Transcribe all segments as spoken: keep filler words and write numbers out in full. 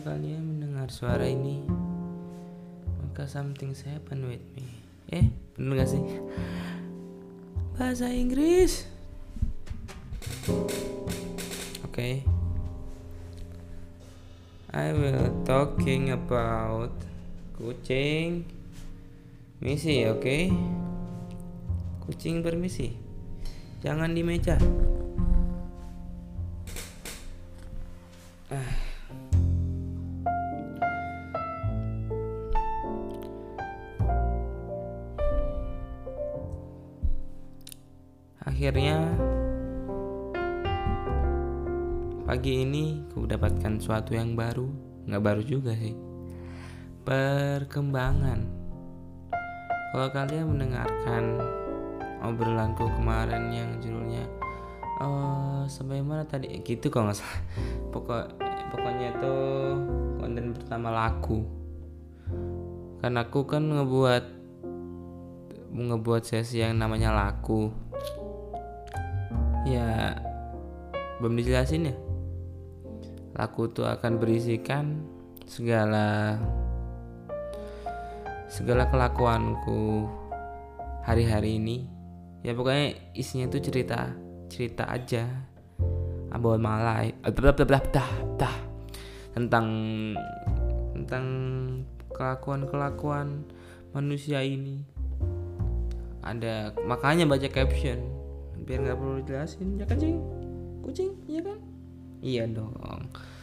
kalian mendengar suara ini, maka something's happen with me. Eh, bener gak sih? Bahasa Inggris. Oke. Okay. I will talking about kucing misi, oke? Okay? Kucing permisi. Jangan di meja. Ah. Akhirnya pagi ini aku dapatkan sesuatu yang baru. Nggak baru juga sih, perkembangan. Kalau kalian mendengarkan obrolanku kemarin yang judulnya oh, sampai mana tadi gitu kalau nggak salah, pokok pokoknya tuh konten pertama laku. Kan aku kan ngebuat ngebuat sesi yang namanya laku. Ya belum dijelasin ya. Laku tuh akan berisikan segala segala kelakuanku hari-hari ini. Ya pokoknya isinya tuh cerita cerita aja about my life, tentang tentang kelakuan-kelakuan manusia ini. Ada makanya baca caption biar nggak perlu dijelasin, ya kan cing? Kucing, iya kan? Iya dong.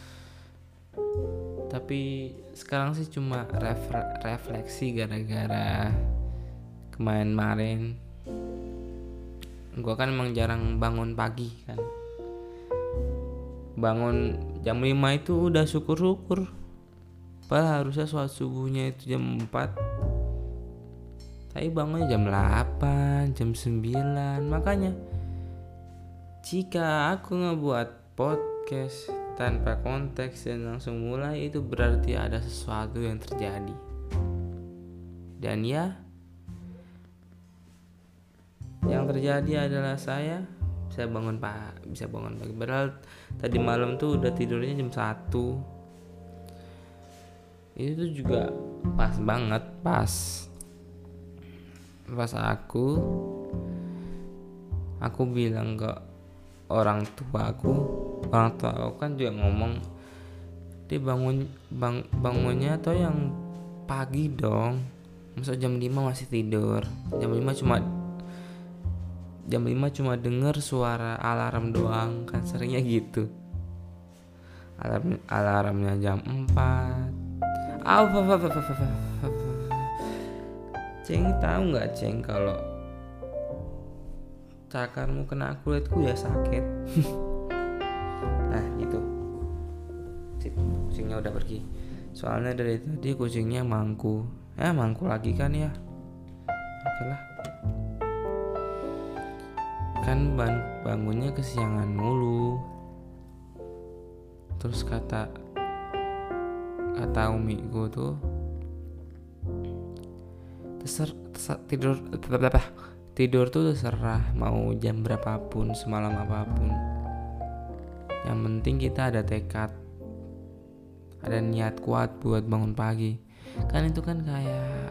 Tapi sekarang sih cuma refle- refleksi gara-gara kemarin-marin gue kan emang jarang bangun pagi kan. Bangun jam lima itu udah syukur-syukur. Padahal harusnya sholat subuhnya itu jam empat. Tapi bangunnya jam delapan, jam sembilan. Makanya jika aku ngebuat podcast tanpa konteks dan langsung mulai, itu berarti ada sesuatu yang terjadi. Dan ya, yang terjadi adalah saya bisa bangun pak, bisa bangun pagi. Padahal tadi malam tuh udah tidurnya jam satu. Itu tuh juga pas banget, pas pas aku aku bilang ke orang tua aku, orang tua aku kan juga ngomong, dia bangun bang, bangunnya tuh yang pagi dong. Masa jam lima masih tidur? Jam lima cuma Jam lima cuma denger suara alarm doang, kan seringnya gitu. Alarm alarmnya jam empat. Aw, Ceng, tahu nggak Ceng kalau cakarmu kena kulitku ya sakit. Nah gitu. Kucingnya udah pergi. Soalnya dari tadi kucingnya mangku. Eh mangku lagi kan ya. Oke lah. Kan ban- bangunnya kesiangan mulu. Terus kata kata umiku tuh terser, terser, tidur apa tidur tuh terserah mau jam berapapun, semalam apapun. Yang penting kita ada tekad, ada niat kuat buat bangun pagi. Kan itu kan kayak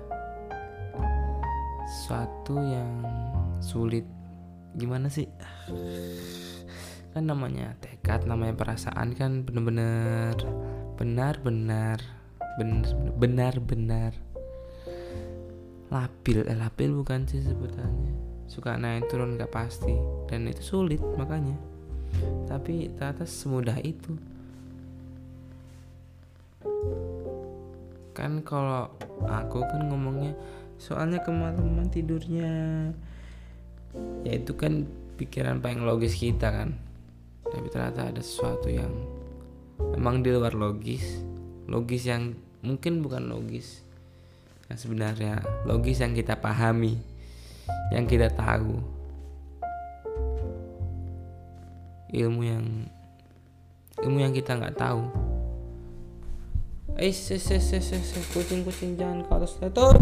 sesuatu yang sulit. Gimana sih? Kan namanya tekad, namanya perasaan kan bener-bener benar-benar benar-benar labil, eh labil bukan sih sebutannya. Suka naik turun gak pasti dan itu sulit makanya. Tapi ternyata semudah itu. Kan kalau aku kan ngomongnya soalnya kemalaman tidurnya. Ya itu kan pikiran paling logis kita kan. Tapi ternyata ada sesuatu yang memang di luar logis. Logis yang mungkin bukan logis yang sebenarnya, logis yang kita pahami, yang kita tahu. Ilmu yang ilmu yang kita nggak tahu. Eh, se se se se se kucing-kucing jangan ke atas tutup.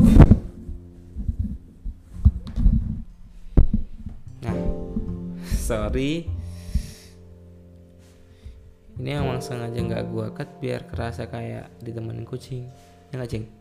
Nah, sorry. Ini emang sengaja nggak gua cut biar kerasa kayak ditemenin kucing, ya nggak cing?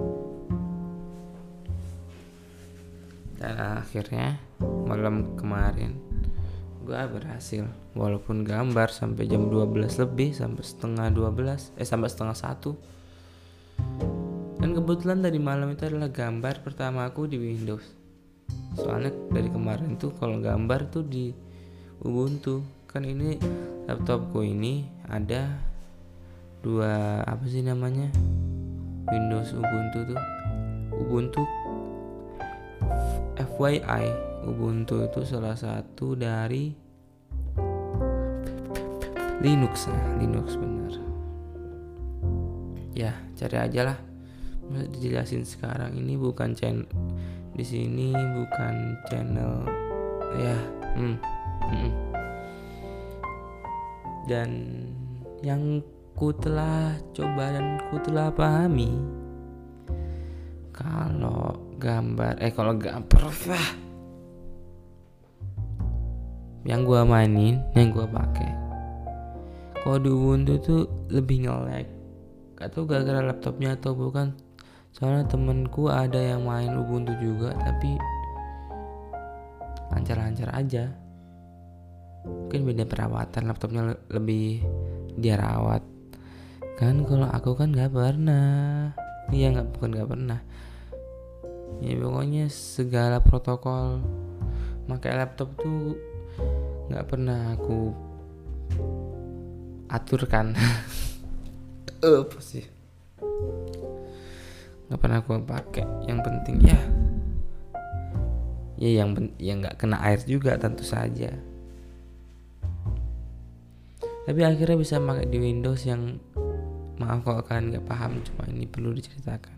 Dan akhirnya malam kemarin gua berhasil, walaupun gambar sampai jam dua belas lebih, sampai setengah dua belas, eh sampai setengah satu. Dan kebetulan tadi malam itu adalah gambar pertama aku di Windows. Soalnya dari kemarin tuh kalau gambar tuh di Ubuntu. Kan ini laptopku ini ada dua, apa sih namanya, Windows Ubuntu tuh. Ubuntu F Y I, Ubuntu itu salah satu dari Linux, nah, Linux bener. Ya cari aja lah. Masa dijelasin sekarang, ini bukan channel, di sini bukan channel ya. Hmm. Hmm. Dan yang ku telah coba dan ku telah pahami, kalau gambar eh kalau gambar lah yang gua mainin, yang gua pakai, kalau di Ubuntu tuh lebih nge-lag. Gak tau gara-gara laptopnya atau bukan. Soalnya temenku ada yang main Ubuntu juga, tapi lancar-lancar aja. Mungkin beda perawatan, laptopnya lebih dia rawat. Kan kalau aku kan nggak pernah. Iya nggak bukan nggak pernah. Ya pokoknya segala protokol pakai laptop tuh nggak pernah aku aturkan. Apa sih? Nggak pernah aku pakai. Yang penting ya, ya yang yang nggak kena air juga tentu saja. Tapi akhirnya bisa pakai di Windows yang, maaf kalau kalian nggak paham, cuma ini perlu diceritakan.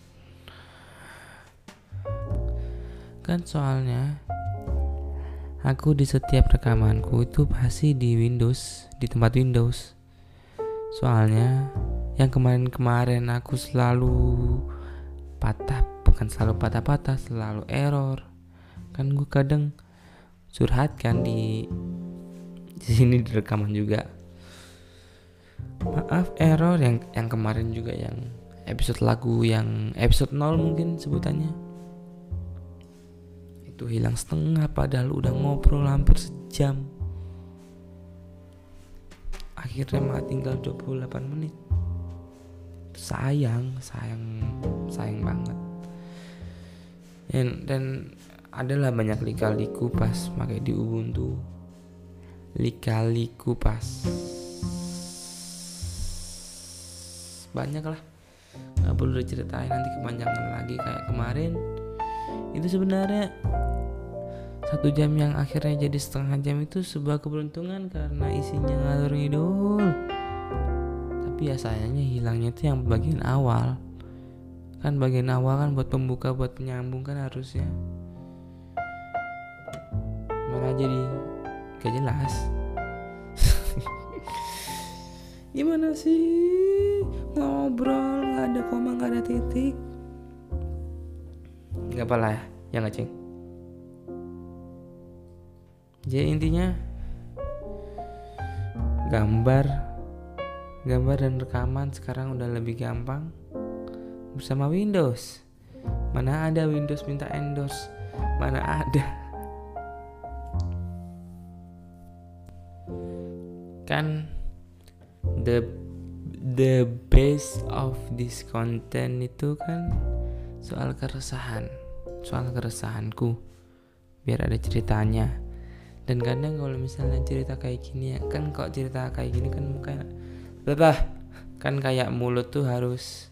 Kan soalnya aku di setiap rekamanku itu pasti di Windows, di tempat Windows. Soalnya yang kemarin-kemarin aku selalu patah, bukan selalu patah-patah, selalu error. Kan gue kadang curhat kan di di sini di rekaman juga. Maaf error yang yang kemarin juga, yang episode lagu yang episode nol mungkin sebutannya. Itu hilang setengah padahal udah ngobrol hampir sejam. Akhirnya malah tinggal dua puluh delapan menit. Sayang, sayang, sayang banget. Dan, dan adalah banyak lika-liku pas pakai di Ubuntu. Lika-liku pas banyak lah, nggak perlu diceritain, nanti kepanjangan lagi. Kayak kemarin itu sebenarnya satu jam yang akhirnya jadi setengah jam itu sebuah keberuntungan karena isinya ngalur ngidul. Tapi ya sayangnya hilangnya itu yang bagian awal. Kan bagian awal kan buat pembuka, buat penyambung kan harusnya. Malah jadi gak jelas. Gimana sih ngobrol gak ada koma, gak ada titik. Gak apalah ya, ya gak cing. Jadi intinya gambar Gambar dan rekaman sekarang udah lebih gampang bersama Windows. Mana ada Windows minta endorse, mana ada. Kan the the base of this content itu kan soal keresahan, soal keresahanku, biar ada ceritanya. Dan kadang kalau misalnya cerita kayak gini ya, kan kalau cerita kayak gini kan kayak Bah, kan kayak mulut tuh harus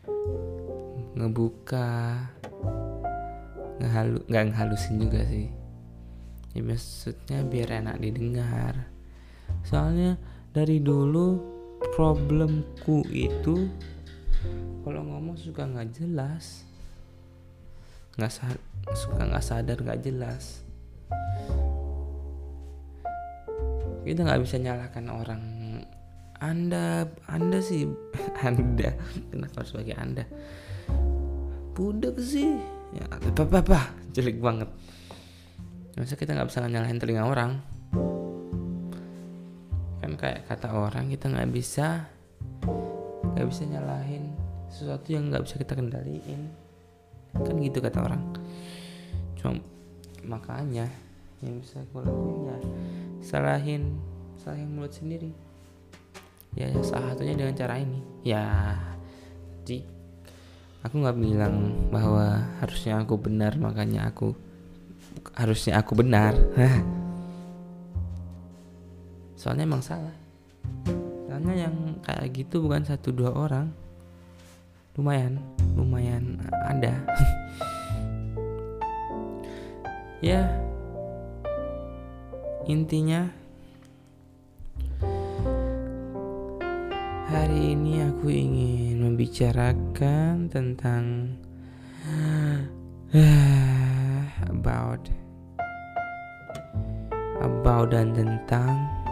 ngebuka, ngehalu, nggak ngehalusin juga sih. Ya maksudnya biar enak didengar. Soalnya dari dulu problemku itu kalau ngomong suka nggak jelas, nggak sa- suka nggak sadar nggak jelas. Kita nggak bisa nyalahkan orang. Anda, anda sih, anda, kenapa harus pakai anda? Budak sih, ya apa apa, jelek banget. Masa kita nggak bisa nyalahin telinga orang? Kan kayak kata orang, kita nggak bisa nggak bisa nyalahin sesuatu yang nggak bisa kita kendaliin, kan gitu kata orang. Cuma makanya yang bisa aku lakuin ya salahin salahin mulut sendiri. Ya salah satunya dengan cara ini. Ya jadi aku nggak bilang bahwa harusnya aku benar makanya aku harusnya aku benar. Soalnya emang salah. Soalnya yang kayak gitu bukan satu dua orang, lumayan lumayan ada. Ya intinya hari ini aku ingin membicarakan tentang about about dan tentang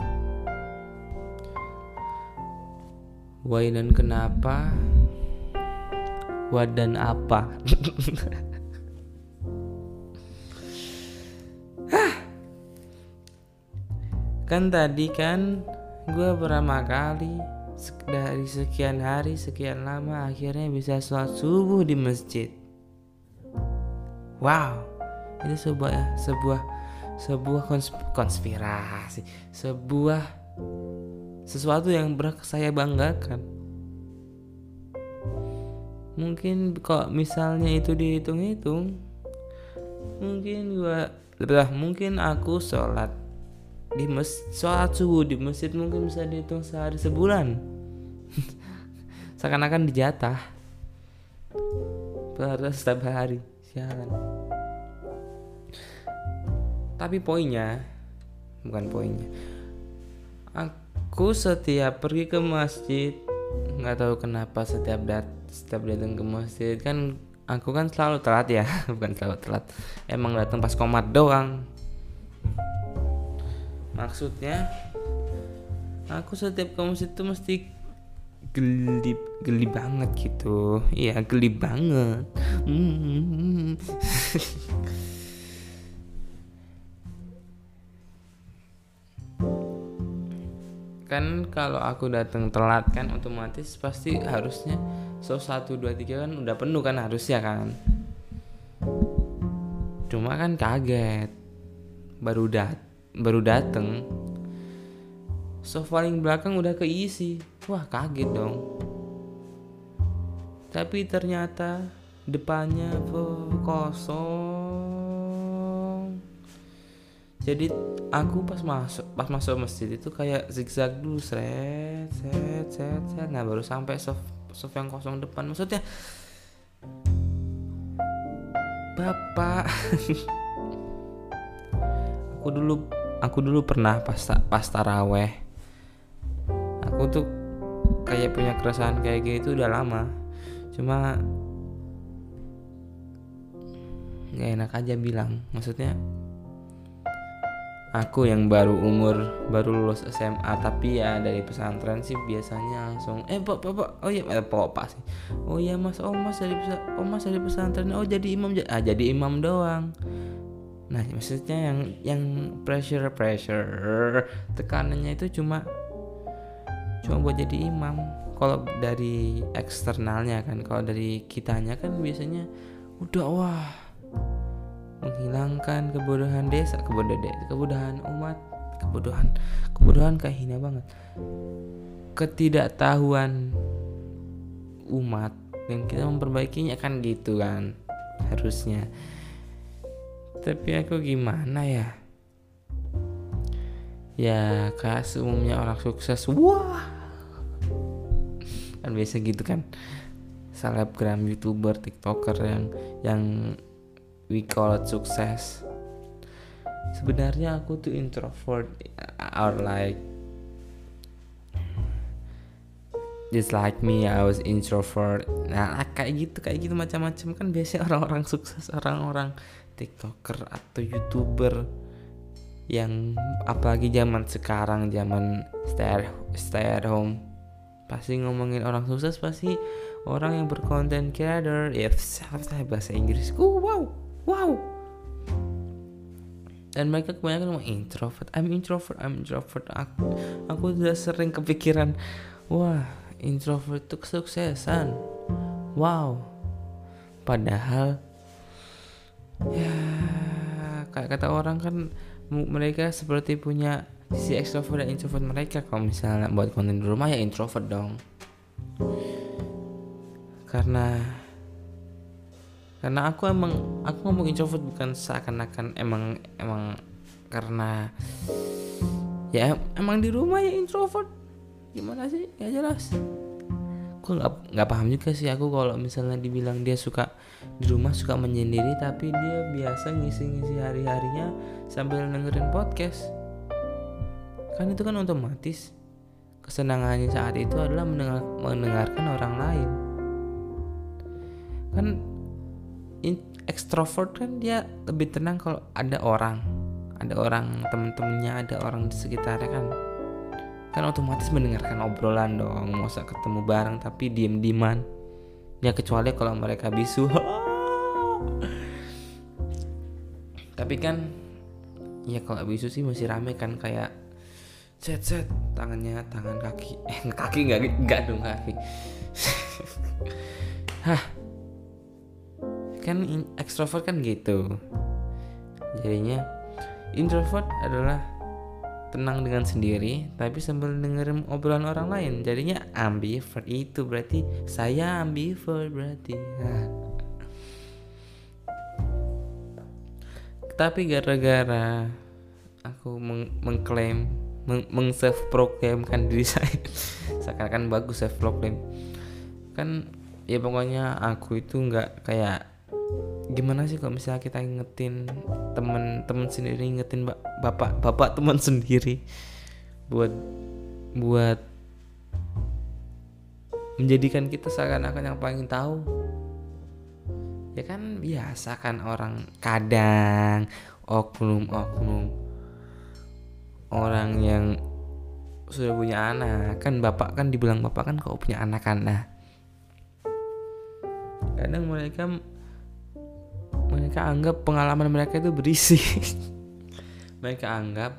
why dan kenapa, what dan apa. Kan tadi kan gue berapa kali dari sekian hari sekian lama akhirnya bisa sholat subuh di masjid. Wow, itu sebuah sebuah sebuah konsp- konspirasi, sebuah sesuatu yang berat saya banggakan. Mungkin kok misalnya itu dihitung-hitung, mungkin gua lah mungkin aku sholat di masjid, sholat subuh di masjid mungkin bisa dihitung sehari sebulan. Seakan-akan dijatah harus setiap hari. Sialan. Tapi poinnya bukan poinnya. Aku setiap pergi ke masjid, nggak tahu kenapa setiap dat setiap datang ke masjid kan aku kan selalu telat ya. Bukan selalu telat, emang datang pas komat doang. Maksudnya aku setiap ke masjid itu mesti geli geli banget gitu. Iya geli banget. hmm. Kan kalau aku datang telat kan otomatis pasti harusnya so satu dua tiga kan udah penuh kan harusnya kan. Cuma kan kaget baru dat baru dateng so paling belakang udah keisi. Wah kaget dong. Tapi ternyata depannya kosong. Jadi aku pas masuk pas masuk masjid itu kayak zigzag dulu, seret seret seret seret. Nah baru sampai sof sof yang kosong depan. Maksudnya Bapak aku dulu aku dulu pernah pas pas taraweh, aku tuh kayak punya keresahan kayak gitu udah lama. Cuma nggak enak aja bilang. Maksudnya aku yang baru umur baru lulus S M A tapi ya dari pesantren sih biasanya langsung eh pak pak pak oh iya pak pak sih oh iya mas oh mas dari oh mas dari pesantren oh jadi imam ah jadi imam doang. Nah maksudnya yang yang pressure pressure tekanannya itu cuma cuma buat jadi imam. Kalau dari eksternalnya kan, kalau dari kitanya kan biasanya udah wah menghilangkan kebodohan desa, kebodohan desa, kebodohan umat, kebodohan kebodohan kayak hina banget, ketidaktahuan umat dan kita memperbaikinya kan gitu kan harusnya. Tapi aku gimana ya? Ya kayak seumumnya orang sukses, wah kan biasa gitu kan, selebgram, youtuber, tiktoker yang yang we call it sukses. Sebenarnya aku tuh introvert or like just like me, I was introvert. Nah kayak gitu kayak gitu macam-macam kan biasanya orang-orang sukses, orang-orang tiktoker atau youtuber yang apalagi zaman sekarang, zaman stay, stay at home, pasti ngomongin orang sukses pasti orang yang berkonten creator ya bahasa Inggrisku wow wow. Dan mereka kebanyakan ngomong introvert, I'm introvert, I'm introvert. Aku, aku udah sering kepikiran, wah introvert itu kesuksesan. Wow. Padahal ya kayak kata orang kan mereka seperti punya sisi extrovert dan introvert mereka. Kalau misalnya buat konten di rumah ya introvert dong. Karena Karena aku emang aku ngomong introvert bukan seakan-akan emang emang karena ya emang di rumah ya introvert. Gimana sih? Gak jelas. Aku nggak nggak paham juga sih aku kalau misalnya dibilang dia suka di rumah suka menyendiri tapi dia biasa ngisi-ngisi hari-harinya sambil dengerin podcast. Kan itu kan otomatis kesenangannya saat itu adalah mendengar, mendengarkan orang lain. Kan ekstrovert kan dia lebih tenang kalau ada orang, ada orang temen-temennya, ada orang di sekitarnya kan, kan otomatis mendengarkan obrolan dong. Masa ketemu bareng tapi diem-dieman, ya kecuali kalau mereka bisu. Tapi kan, ya kalau bisu sih masih rame kan kayak set set tangannya tangan kaki, eh kaki nggak nggak dong kaki. Hah. Kan extrovert kan gitu. Jadinya introvert adalah tenang dengan sendiri tapi sambil dengerin obrolan orang lain. Jadinya ambivert. Itu berarti saya ambivert berarti. Nah. Tapi gara-gara aku meng- mengklaim meng- meng-self proclaimkan diri saya, seakan-akan bagus self proclaim. Kan ya pokoknya aku itu nggak kayak gimana sih kalau misalnya kita ingetin teman-teman sendiri, ingetin bapak bapak teman sendiri buat buat menjadikan kita seakan-akan yang paling tahu. Ya kan biasa kan orang kadang oknum-oknum orang yang sudah punya anak kan, bapak kan dibilang bapak kan kok punya anak kan. Nah kadang mereka mereka anggap pengalaman mereka itu berisi. Mereka anggap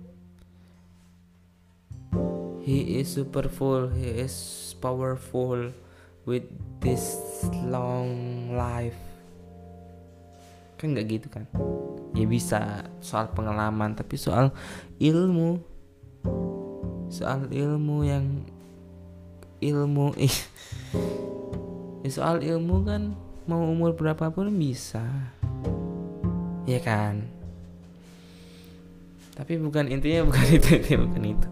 he is superful, he is powerful with this long life. Kan nggak gitu kan? Ya bisa soal pengalaman, tapi soal ilmu, soal ilmu yang ilmu ih, ya soal ilmu kan mau umur berapapun bisa, ya kan? Tapi bukan intinya, bukan itu, intinya bukan itu.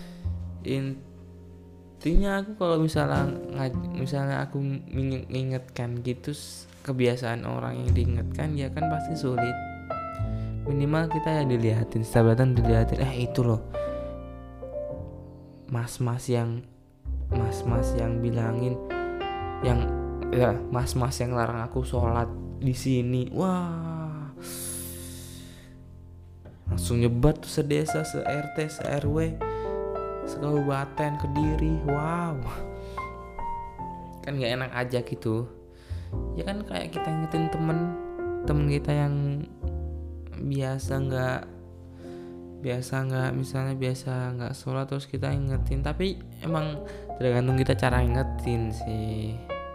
Intinya aku kalau misalnya misalnya aku mengingatkan gitu kebiasaan orang yang diingatkan, ya kan pasti sulit. Minimal kita ya dilihatin, setiap datang dilihatin, eh itu loh, mas-mas yang mas-mas yang bilangin, yang ya mas-mas yang larang aku sholat di sini, wah langsung nyebat tuh sedesa, se-R T, se-R W, sekabupaten Kediri. Wow, kan nggak enak aja gitu. Ya kan kayak kita ingetin temen temen kita yang biasa nggak biasa nggak misalnya biasa nggak sholat terus kita ingetin, tapi emang tergantung kita cara ingetin sih.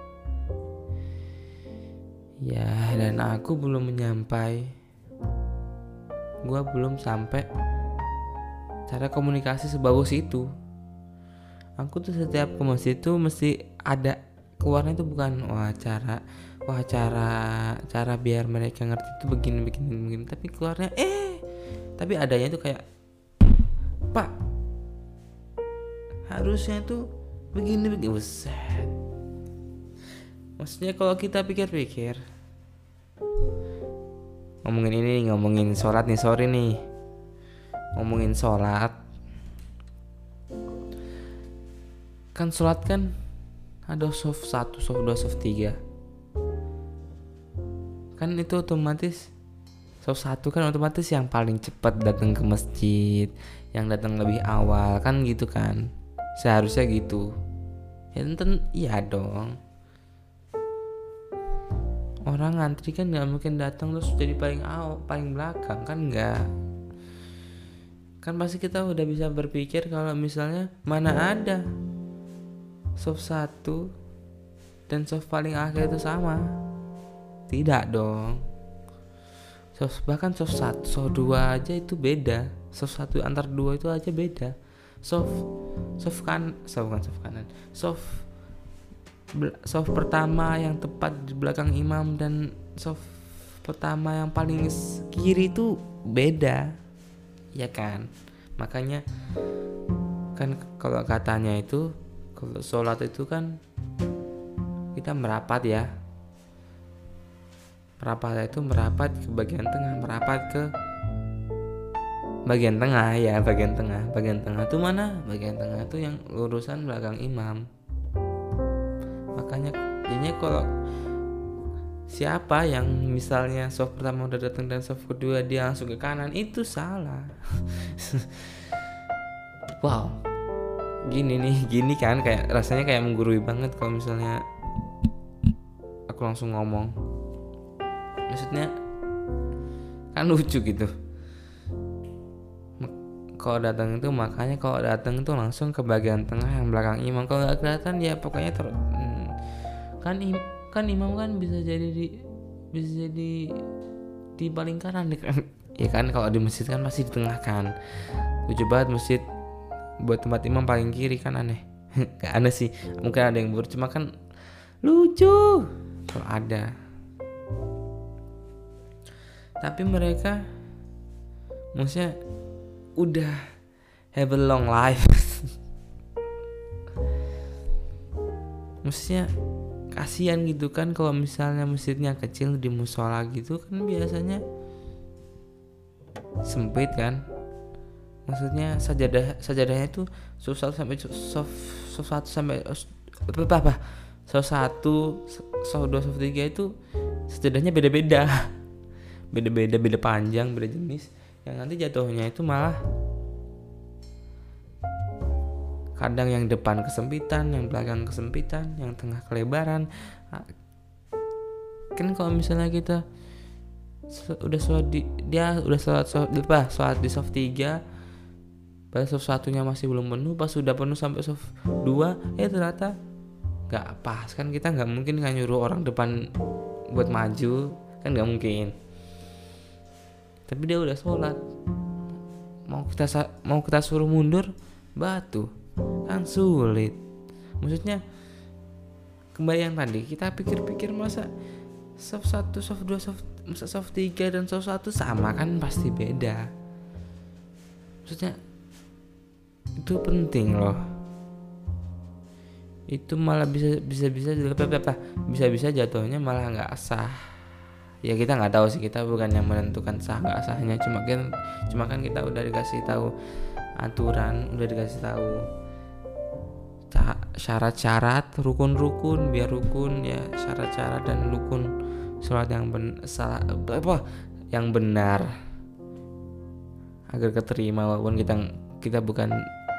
Ya dan aku belum menyampai, gue belum sampai cara komunikasi sebagus itu. Aku tuh setiap ke masjid tuh mesti ada keluarnya tuh bukan wah cara wah cara cara biar mereka ngerti tuh begini begini begini, tapi keluarnya eh tapi adanya tuh kayak pak harusnya tuh begini begini. Buset. Maksudnya kalau kita pikir-pikir, ngomongin ini, ngomongin sholat nih, sorry nih, ngomongin sholat, kan sholat kan ada soft satu, soft dua, soft tiga, kan itu otomatis soft satu kan otomatis yang paling cepat datang ke masjid, yang datang lebih awal kan gitu kan, seharusnya gitu. Ya tentu iya dong. orang ngantri kan nggak mungkin datang terus jadi paling awal paling belakang kan, nggak. Kan pasti kita udah bisa berpikir kalau misalnya mana ada soft satu dan soft paling akhir itu sama. Tidak dong. Soft, bahkan soft satu, soft dua aja itu beda. Soft satu antar dua itu aja beda. Soft soft kan, soft kan soft kanan. Soft soft pertama yang tepat di belakang imam dan soft pertama yang paling kiri itu beda. Ya kan, makanya kan kalau katanya itu kalau sholat itu kan kita merapat ya, merapat itu merapat ke bagian tengah, merapat ke bagian tengah ya, bagian tengah, bagian tengah itu mana? Bagian tengah itu yang lurusan belakang imam. Makanya jadinya kalau siapa yang misalnya soft pertama udah datang dan soft kedua dia langsung ke kanan, itu salah. Wow, gini nih, gini kan kayak rasanya kayak menggurui banget kalau misalnya aku langsung ngomong. Maksudnya kan lucu gitu. Kalau datang itu makanya kalau datang itu langsung ke bagian tengah yang belakang imam. Kalau nggak kelihatan ya pokoknya ter hmm, kan im kan imam kan bisa jadi di bisa jadi di paling kanan kan. Ya kan kalau di masjid kan pasti di tengah kan. Lucu banget masjid buat tempat imam paling kiri kan, aneh. Gak aneh sih, mungkin ada yang buruk cuma kan lucu kalau ada. Tapi mereka maksudnya udah have a long life. Maksudnya kasihan gitu kan kalau misalnya masjidnya kecil di musola gitu kan biasanya sempit kan. Maksudnya sajadah sajadahnya itu soft satu sampai soft soft satu sampai apa apa soft satu soft dua soft tiga itu sajadahnya beda-beda. Beda-beda, beda panjang, beda jenis. Yang nanti jatuhnya itu malah kadang yang depan kesempitan, yang belakang kesempitan, yang tengah kelebaran. Kan kalau misalnya kita udah sholat di, dia udah sholat sholat apa sholat di soft tiga, pas soft satunya masih belum penuh, pas sudah penuh sampai soft dua, eh ternyata nggak pas kan. Kita nggak mungkin kan nyuruh orang depan buat maju kan, nggak mungkin. Tapi dia udah sholat, mau kita mau kita suruh mundur batu kan sulit. Maksudnya kembali yang tadi kita pikir-pikir, masa soft satu, soft dua, soft masa soft tiga dan soft satu sama kan, pasti beda. Maksudnya itu penting loh. Itu malah bisa bisa bisa bisa bisa jatuhnya malah nggak sah. Ya kita nggak tahu sih, kita bukan yang menentukan sah nggak sahnya, cuma kan cuma kan kita udah dikasih tahu aturan, udah dikasih tahu syarat-syarat, rukun-rukun, biar rukun ya syarat-syarat dan rukun sholat yang ben, salah apa yang benar agar keterima, walaupun kita kita bukan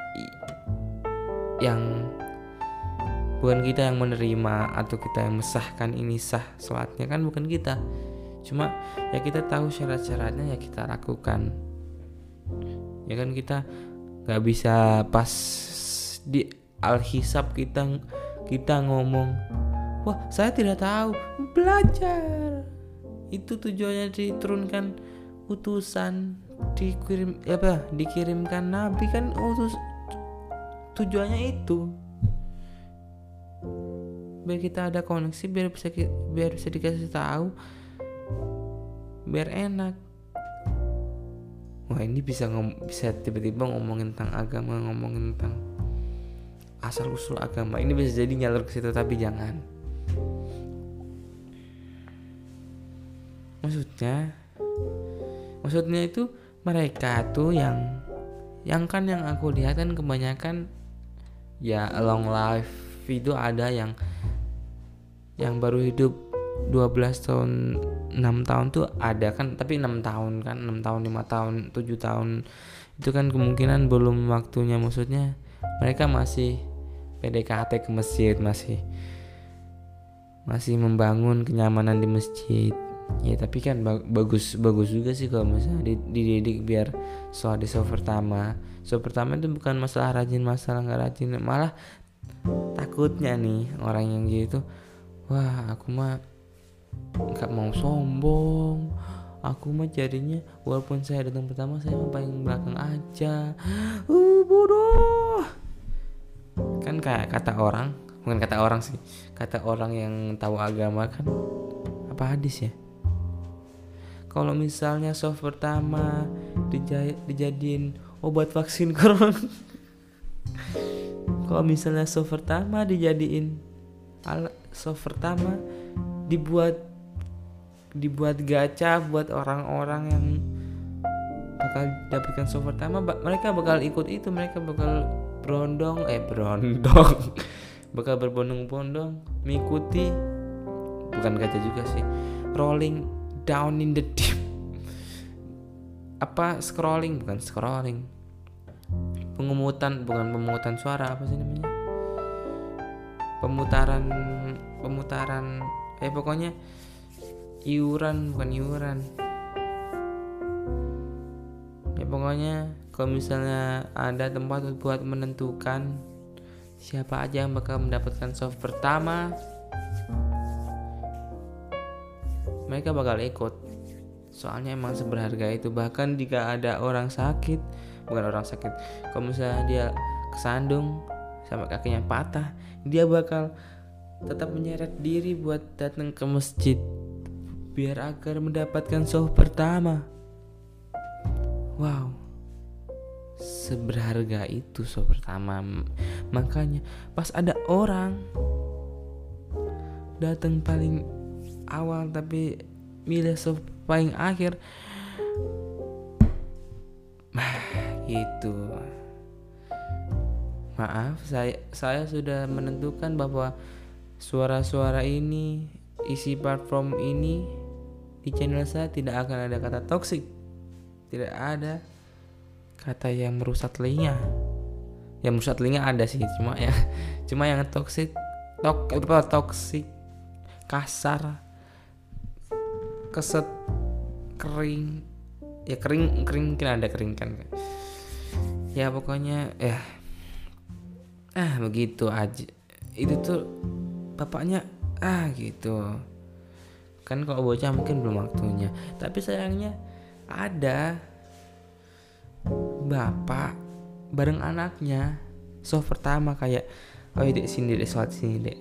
yang bukan kita yang menerima atau kita yang mesahkan ini sah sholatnya kan, bukan kita. Cuma ya kita tahu syarat-syaratnya ya kita lakukan. Ya kan kita nggak bisa pas di al-hisab kita kita ngomong, wah saya tidak tahu, belajar. Itu tujuannya diturunkan utusan, dikirim apa dikirimkan nabi kan, utus tujuannya itu biar kita ada koneksi, biar bisa biar bisa dikasih tahu, biar enak. Wah ini bisa ngom- bisa tiba-tiba ngomongin tentang agama, ngomongin tentang asal usul agama, ini bisa jadi nyalur ke situ, tapi jangan. Maksudnya, maksudnya itu mereka tuh yang, yang kan yang aku lihat kan kebanyakan ya long life itu ada yang yang baru hidup dua belas tahun, enam tahun tuh ada kan, tapi enam tahun kan, enam tahun, lima tahun, tujuh tahun itu kan kemungkinan belum waktunya. Maksudnya mereka masih P D K T ke masjid, masih masih membangun kenyamanan di masjid. Ya tapi kan ba- bagus bagus juga sih kalau misalnya di- dididik biar sholat di soft pertama. Soft pertama itu bukan masalah rajin, masalah nggak rajin, malah takutnya nih orang yang gitu, wah aku mah nggak mau sombong, aku mah jadinya walaupun saya datang pertama saya mah paling belakang aja. Uh bodoh. Kan kayak kata orang, bukan kata orang sih, kata orang yang tahu agama kan, apa hadis ya, kalau misalnya soft pertama dija- dijadiin obat vaksin corona, kalau misalnya soft pertama dijadiin al- soft pertama dibuat dibuat gacha buat orang-orang yang bakal dapatkan soft pertama, ba- mereka bakal ikut itu, mereka bakal berondong eh berondong bakal berbondong-bondong mengikuti, bukan gacha juga sih, rolling down in the deep, apa scrolling bukan scrolling pengemutan bukan pemungutan suara, apa sih namanya, pemutaran pemutaran eh pokoknya iuran bukan iuran ya, pokoknya kalau misalnya ada tempat buat menentukan siapa aja yang bakal mendapatkan soft pertama, mereka bakal ikut. Soalnya emang seberharga itu. Bahkan jika ada orang sakit, bukan orang sakit, kalau misalnya dia kesandung sampai kakinya patah, dia bakal tetap menyeret diri buat datang ke masjid biar agar mendapatkan soft pertama. Wow, seberharga itu soft pertama. Makanya pas ada orang datang paling awal tapi milih soft paling akhir, gitu. Maaf, saya saya sudah menentukan bahwa suara-suara ini, isi platform ini di channel saya tidak akan ada kata toksik, tidak ada kata yang merusak telinga. Yang merusak telinga ada sih, cuma ya, cuma yang toksik, tok apa toksik, kasar, keset, kering, ya kering kering mungkin ada kering kan, ya pokoknya ya, ah begitu aja. Itu tuh bapaknya ah gitu kan, kalau bocah mungkin belum waktunya, tapi sayangnya ada bapak bareng anaknya soft pertama kayak, oh dek sini dek sholat sini dek,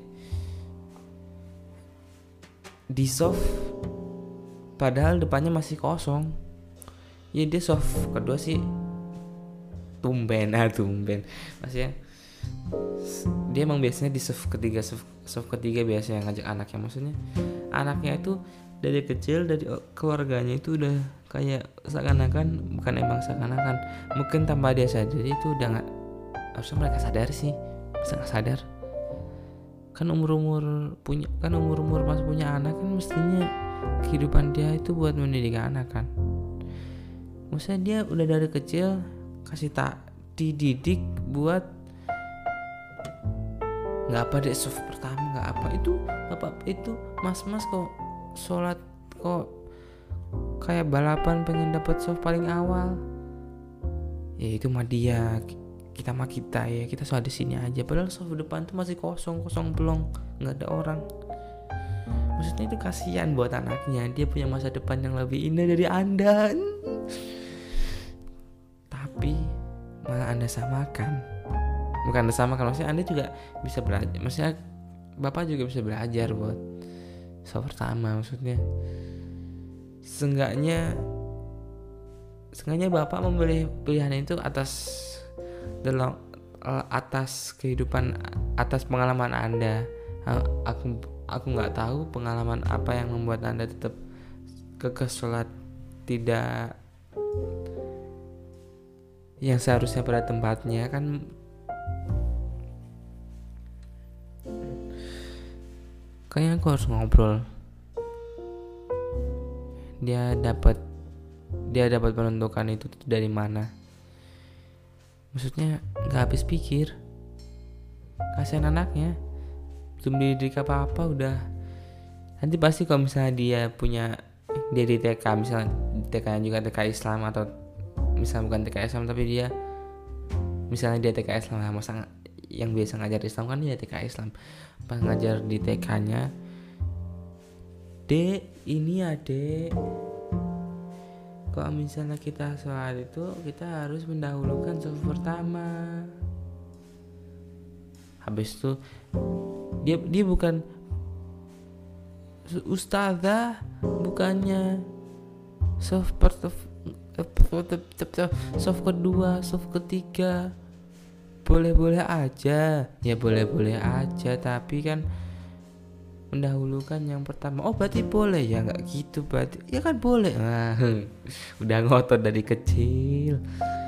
di soft padahal depannya masih kosong. Ya dia soft kedua sih tumben ah tumben maksudnya dia emang biasanya di soft ketiga soft, soft ketiga biasanya ngajak anaknya, maksudnya anaknya itu dari kecil dari keluarganya itu udah kayak seakan-akan, bukan emang seakan-akan, mungkin tanpa dia sadar itu udah nggak, harusnya mereka sadar sih, masa nggak sadar kan, umur-umur punya kan umur-umur pas punya anak kan mestinya kehidupan dia itu buat mendidik anak kan, maksudnya dia udah dari kecil kasih tak dididik buat nggak apa deh soft pertama nggak apa itu bapak itu mas-mas kok sholat kok kayak balapan pengen dapet soft paling awal, ya itu mah dia, kita mah kita ya kita sholat di sini aja, padahal soft depan tuh masih kosong kosong pelong nggak ada orang. Maksudnya itu kasihan buat anaknya, dia punya masa depan yang lebih indah dari Anda, tapi malah Anda samakan. Bukan Anda samakan, maksudnya Anda juga bisa belajar, maksudnya Bapak juga bisa belajar buat soft pertama, maksudnya seenggaknya seenggaknya Bapak memilih pilihan itu atas dalam atas kehidupan, atas pengalaman Anda. Aku aku nggak tahu pengalaman apa yang membuat Anda tetap kekeh sholat tidak yang seharusnya pada tempatnya kan. Kayaknya aku harus ngobrol. Dia dapat dia dapat menentukan itu dari mana? Maksudnya nggak habis pikir. Kasihan anaknya, belum dididik apa-apa udah Nanti pasti kalau misalnya dia punya, dia di T K, misalnya T K-nya juga T K Islam, atau misalnya bukan T K Islam tapi dia misalnya dia T K Islam, masa yang biasa ngajar Islam kan dia T K Islam, pas ngajar di T K-nya, Dek ini ya dek, kalau misalnya kita sholat itu kita harus mendahulukan shaf pertama. Habis itu dia dia bukan ustazah, bukannya shaf pertama, shaf kedua, shaf ketiga, boleh-boleh aja, ya boleh-boleh aja, tapi kan mendahulukan yang pertama. Oh berarti boleh ya? Nggak gitu berarti, ya kan boleh. Nah, udah ngotot dari kecil.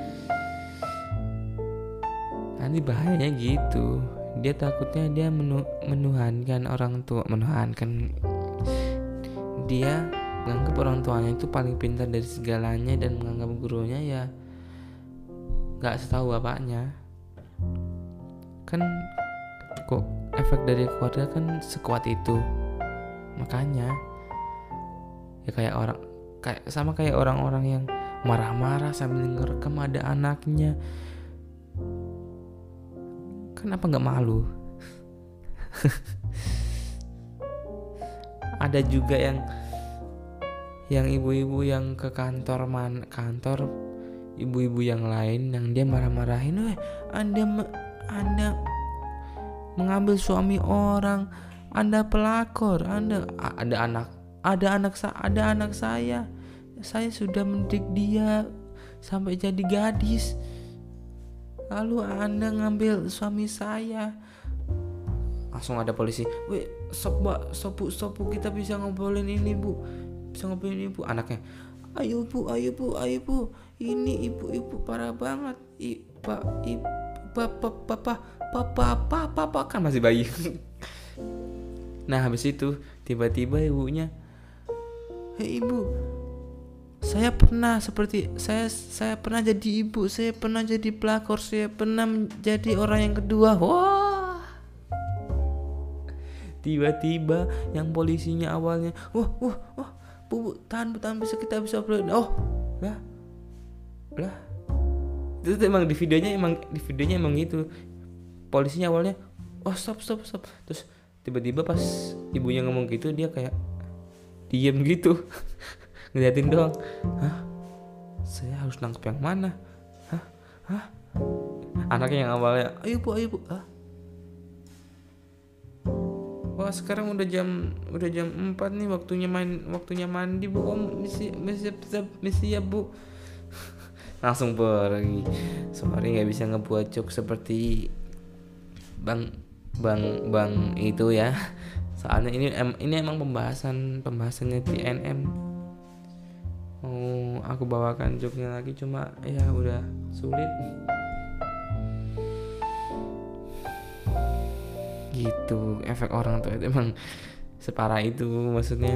Nanti bahayanya gitu, dia takutnya dia menu, menuhankan orang tua, menuhankan, dia menganggap orang tuanya itu paling pintar dari segalanya, dan menganggap gurunya ya nggak setahu bapaknya. Kan kok efek dari keluarga kan sekuat itu, makanya ya kayak orang kayak sama kayak orang-orang yang marah-marah sambil ngerekam ada anaknya, kenapa nggak malu? Ada juga yang yang ibu-ibu yang ke kantor man kantor ibu-ibu yang lain yang dia marah-marahin, weh anda anda mengambil suami orang, anda pelakor, anda ada anak ada anak ada anak saya saya sudah mendidik dia sampai jadi gadis, lalu anda ngambil suami saya. Langsung ada polisi, weh stop mbak, stop bu, stop bu, kita bisa ngobrolin ini bu, bisa ngobrolin ini bu. Anaknya, ayo bu, ayo bu, ayo bu, ini ibu-ibu parah banget, I, pak, ibu, papa, papa, papa, papa, papa, kan masih bayi. Nah habis itu tiba-tiba ibunya, hei ibu, saya pernah seperti saya saya pernah jadi ibu, saya pernah jadi pelakor, saya pernah menjadi orang yang kedua. Wah, tiba-tiba yang polisinya awalnya, wah wah wah bu, bu tahan tahan bisa kita bisa upload. Oh lah lah, itu emang di videonya emang di videonya emang gitu, polisinya awalnya oh stop stop stop, terus tiba-tiba pas ibunya ngomong gitu dia kayak diem gitu. Ngeliatin doang. Hah? Saya harus nangkep yang mana? Hah? Hah? Anaknya yang awalnya, ayo bu, ayo bu. Hah? Wah sekarang udah jam udah jam empat nih, waktunya main waktunya mandi bu. Oh misi misi misi ya bu. Langsung pergi. Sorry nggak bisa ngebuat joke seperti bang bang bang itu ya. Soalnya ini em, ini emang pembahasan pembahasannya T N M. Oh, aku bawakan joke-nya lagi cuma ya udah sulit. Gitu, efek orang tua itu emang separah itu, maksudnya.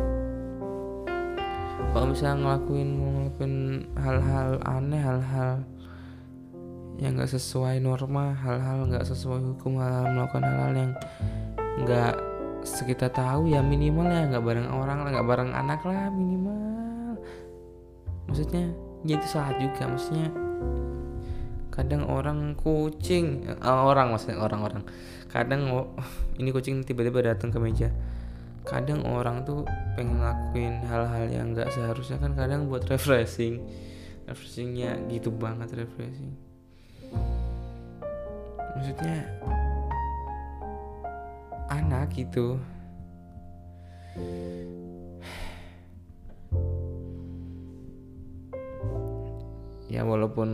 Kalau misalnya ngelakuin ngelakuin hal-hal aneh, hal-hal yang nggak sesuai norma, hal-hal nggak sesuai hukum, hal-hal melakukan hal-hal yang nggak kita tahu, ya minimal ya nggak bareng orang lah, nggak bareng anak lah minimal. Maksudnya ya itu salah juga, maksudnya kadang orang kucing orang maksudnya orang-orang kadang oh, ini kucing tiba-tiba datang ke meja. Kadang orang tuh pengen ngelakuin hal-hal yang nggak seharusnya kan, kadang buat refreshing refreshingnya gitu banget, refreshing maksudnya anak gitu. Ya walaupun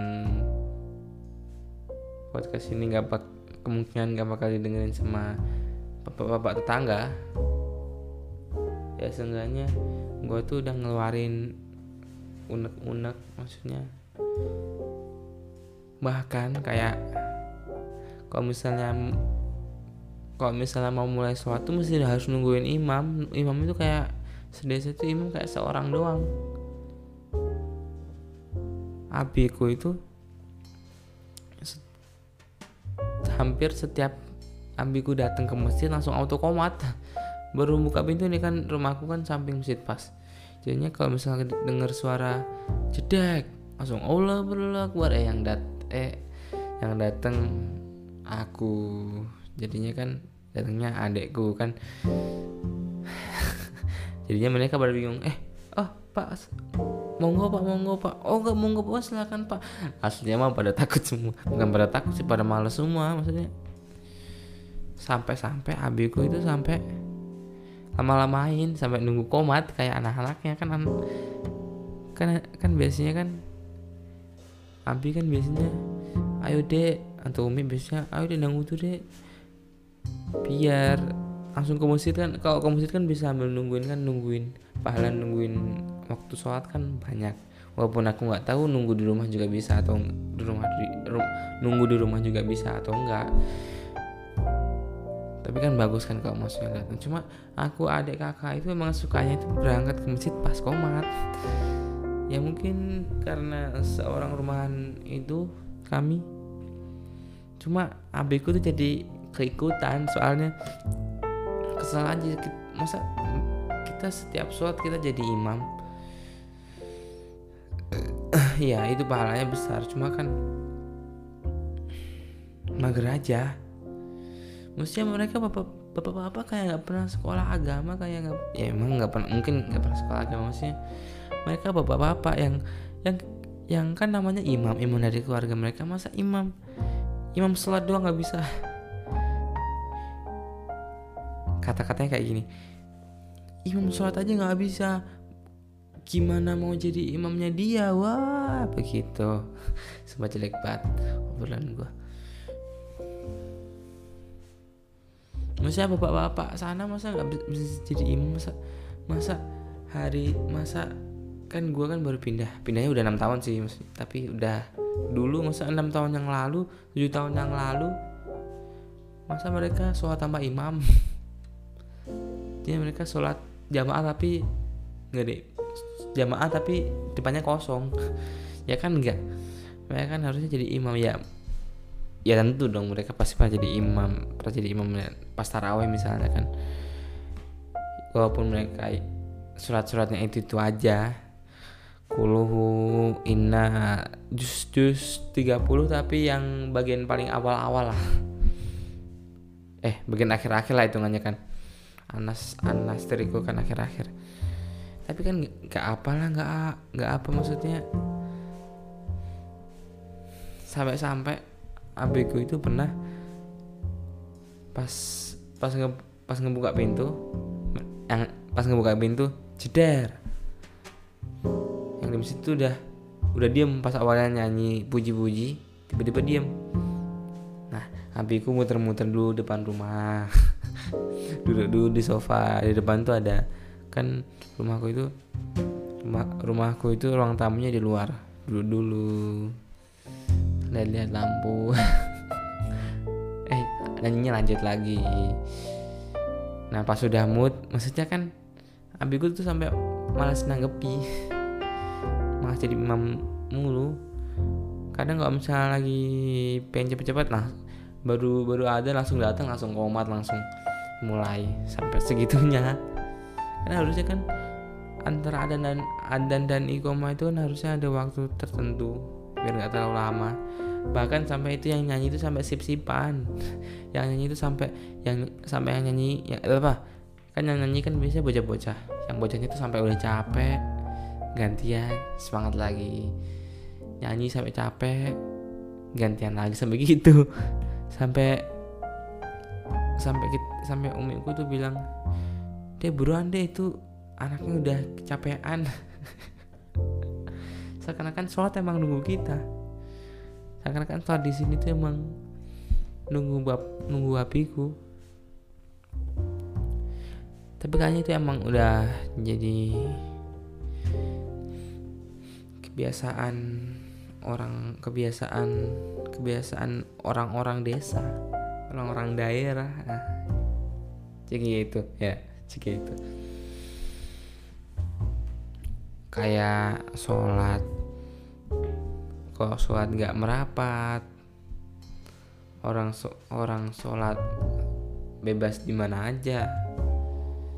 podcast ini nggak bak kemungkinan nggak bakal didengerin sama bapak-bapak tetangga, ya seenggaknya gue tuh udah ngeluarin unek-unek, maksudnya bahkan kayak kalau misalnya kalau misalnya mau mulai sesuatu mesti harus nungguin imam. Imam itu kayak sedesa itu imam kayak seorang doang. Abiku itu hampir setiap ambiku datang ke masjid langsung auto komat. baru buka pintu nih kan, rumahku kan samping masjid pas. Jadinya kalau misalnya dengar suara jedek, langsung Allah berlaku eh yang dat eh yang datang aku. Jadinya kan datangnya adekku kan. Jadinya mereka pada bingung, eh oh pak monggo pak monggo pak, oh enggak monggo pak, silakan pak. Aslinya mah pada takut semua, bukan pada takut sih, pada malas semua maksudnya. Sampai-sampai abiku itu sampai lama-lamain, sampai nunggu komat kayak anak-anaknya kan. kan kan biasanya kan abi kan biasanya ayo dek, atau umi biasanya ayo dek nanggu tuh dek, biar langsung ke masjid kan. Kalau ke masjid kan bisa sambil nungguin kan, nungguin pahala, nungguin waktu sholat kan banyak. Walaupun aku nggak tahu nunggu di rumah juga bisa atau di rumah di, ru, nunggu di rumah juga bisa atau enggak. Tapi kan bagus kan kalau maksudnya datang. Cuma aku adik kakak itu emang sukanya itu berangkat ke masjid pas komat. Ya mungkin karena seorang rumahan itu kami. Cuma abiku tuh jadi keikutan, soalnya kesel aja, masa kita setiap sholat kita jadi imam. Ya itu pahalanya besar, cuma kan mager aja. Maksudnya mereka bapak bapak-bapak kayak nggak pernah sekolah agama, kayak nggak, ya emang nggak pernah, mungkin nggak pernah sekolah agama. Maksudnya mereka bapak-bapak yang yang yang kan namanya imam, imam dari keluarga mereka, masa imam imam sholat doang nggak bisa. Kata-katanya kayak gini, imam sholat aja nggak bisa, gimana mau jadi imamnya dia? Wah begitu. Sempat jelek banget obrolan gue. Maksudnya bapak-bapak sana masa nggak bisa jadi imam, masa masa hari masa kan gue kan baru pindah pindahnya udah enam tahun sih, tapi udah dulu masa enam tahun yang lalu, tujuh tahun yang lalu, masa mereka sholat tanpa imam. Jadi mereka sholat jamaah tapi nggak deh, jamaah tapi depannya kosong. Ya kan enggak, mereka kan harusnya jadi imam. Ya ya tentu dong mereka pasti pernah jadi imam, pernah jadi imam pas tarawih misalnya kan. Walaupun mereka surat-suratnya itu itu aja, kuluhu inna jus-jus tiga puluh, tapi yang bagian paling awal-awal lah, eh bagian akhir-akhir lah hitungannya kan. Anas anas teriku kan akhir-akhir. Tapi kan nggak apalah, nggak nggak apa maksudnya. Sampai-sampai abiku itu pernah pas pas nge, pas ngebuka pintu, yang pas ngebuka pintu jeder, yang di situ udah udah diam pas awalnya nyanyi puji-puji, tiba-tiba diam. Nah abiku muter-muter dulu depan rumah. Duduk dulu di sofa di depan tuh ada kan, rumahku itu rumah rumahku itu ruang tamunya di luar. Duduk dulu lihat-lihat lampu. eh nyanyinya lanjut lagi. Nah pas sudah mood, maksudnya kan abiku tuh sampai malas nanggepi, malas jadi imam mulu. Kadang kalau misalnya lagi pengen cepet-cepet, nah baru baru ada langsung datang, langsung komat, langsung mulai sampai segitunya. Kan harusnya kan antara adzan dan adzan dan iqamah itu kan harusnya ada waktu tertentu biar nggak terlalu lama. Bahkan sampai itu yang nyanyi itu sampai sip-sipan. Yang nyanyi itu sampai yang sampai yang nyanyi yang apa? Kan yang nyanyi kan biasanya bocah-bocah. Yang bocahnya itu sampai udah capek, gantian semangat lagi. Nyanyi sampai capek, gantian lagi sampai gitu. Sampai sampai sampai umiku tuh bilang, "Deh buruan deh, itu anaknya udah kecapean." Seakan-akan sholat emang nunggu kita. Seakan-akan sholat di sini tuh emang nunggu bab nunggu abiku. Tapi kayaknya itu emang udah jadi kebiasaan orang kebiasaan kebiasaan orang-orang desa, orang-orang daerah. Nah, cek gitu ya, cek gitu. Kayak sholat, kok sholat nggak merapat, orang so, orang sholat bebas di mana aja.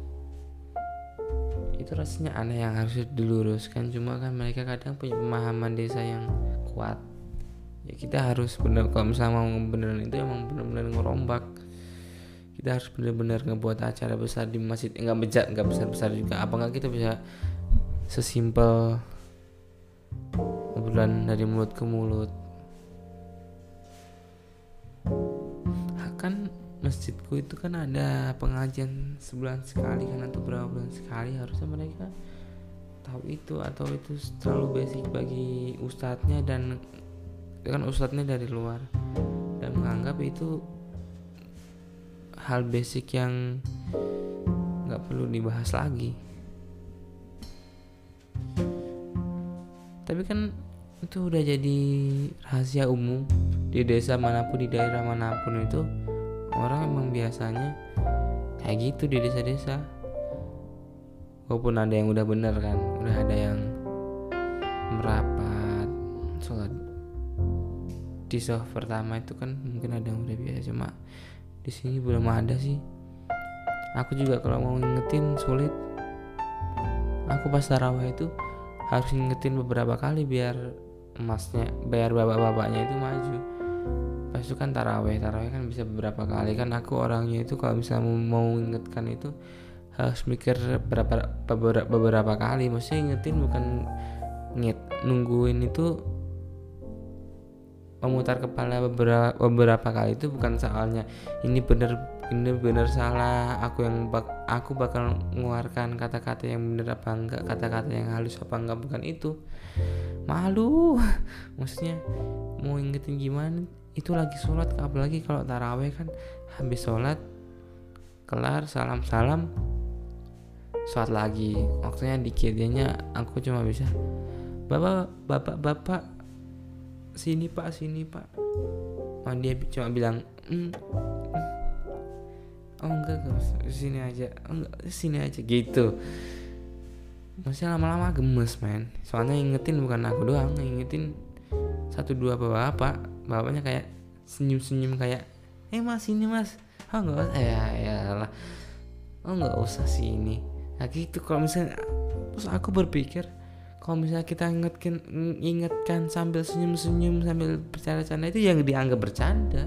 itu rasanya aneh yang harus diluruskan. Cuma kan mereka kadang punya pemahaman desa yang kuat. Ya kita harus benar, kalau misalnya mau beneran itu emang benar-benar ngerombak. Kita harus benar-benar ngebuat acara besar di masjid, enggak bejat, enggak besar-besar juga. Apa enggak kita bisa sesimpel obrolan dari mulut ke mulut. Kan masjidku itu kan ada pengajian sebulan sekali kan, atau berapa bulan sekali. Harusnya mereka tahu itu, atau itu terlalu basic bagi ustadznya, dan kan ustadznya dari luar dan menganggap itu hal basic yang nggak perlu dibahas lagi. Tapi kan itu udah jadi rahasia umum di desa manapun, di daerah manapun itu orang emang biasanya kayak gitu di desa-desa. Walaupun ada yang udah bener kan, udah ada yang merapat sholat di soft pertama itu kan, mungkin ada yang udah biasa. Cuma di sini belum ada sih. Aku juga kalau mau ngingetin sulit. Aku pas tarawih itu harus ngingetin beberapa kali biar emasnya, biar bapak-bapaknya itu maju. Pas itu kan tarawih, tarawih kan bisa beberapa kali kan. Aku orangnya itu kalau misalnya mau, mau ingetkan itu harus mikir beberapa beberapa, beberapa kali. Maksudnya ingetin bukan ngit, nungguin itu memutar kepala beberapa beberapa kali itu bukan soalnya ini bener ini bener salah, aku yang bak, aku bakal mengeluarkan kata-kata yang bener apa enggak, kata-kata yang halus apa enggak, bukan itu. Malu. Maksudnya mau ingetin gimana, itu lagi sholat. Apalagi kalau taraweh kan habis sholat kelar salam-salam sholat lagi, waktunya dikit. Jadinya aku cuma bisa bapak bapak bapak sini pak sini pak. Oh, dia cuma bilang mm, mm. oh enggak enggak sini aja, oh, enggak sini aja gitu. Maksudnya lama-lama gemes men. Soalnya ingetin bukan aku doang, ingetin satu dua bapak, bapaknya kayak senyum-senyum kayak, eh mas sini mas, oh nggak usah ya ya lah, oh nggak usah sini. Nah gitu. Kalau misalnya, terus aku berpikir kalau misalnya kita ingetkan ingetkan sambil senyum-senyum sambil bercanda-canda, itu yang dianggap bercanda.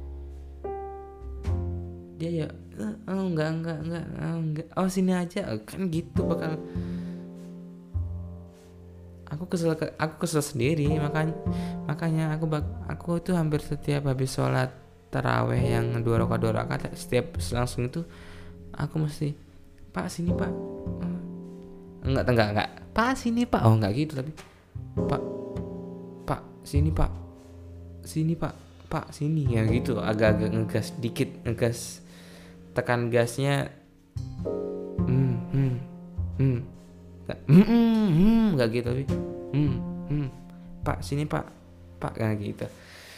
Dia ya oh enggak enggak enggak oh, enggak oh sini aja kan gitu. Bakal aku kesel aku kesel sendiri. makanya makanya aku bak, aku tuh hampir setiap habis sholat taraweh yang dua rakaat dua rakaat, setiap langsung itu aku mesti pak sini pak, oh, enggak enggak enggak pak sini pak, oh enggak gitu, tapi pak pak sini pak sini pak pak sini ya gitu. Agak-agak ngegas dikit, ngegas, tekan gasnya hmm hmm hmm nggak hmm hmm, hmm nggak gitu, tapi hmm hmm pak sini pak pak kayak gitu.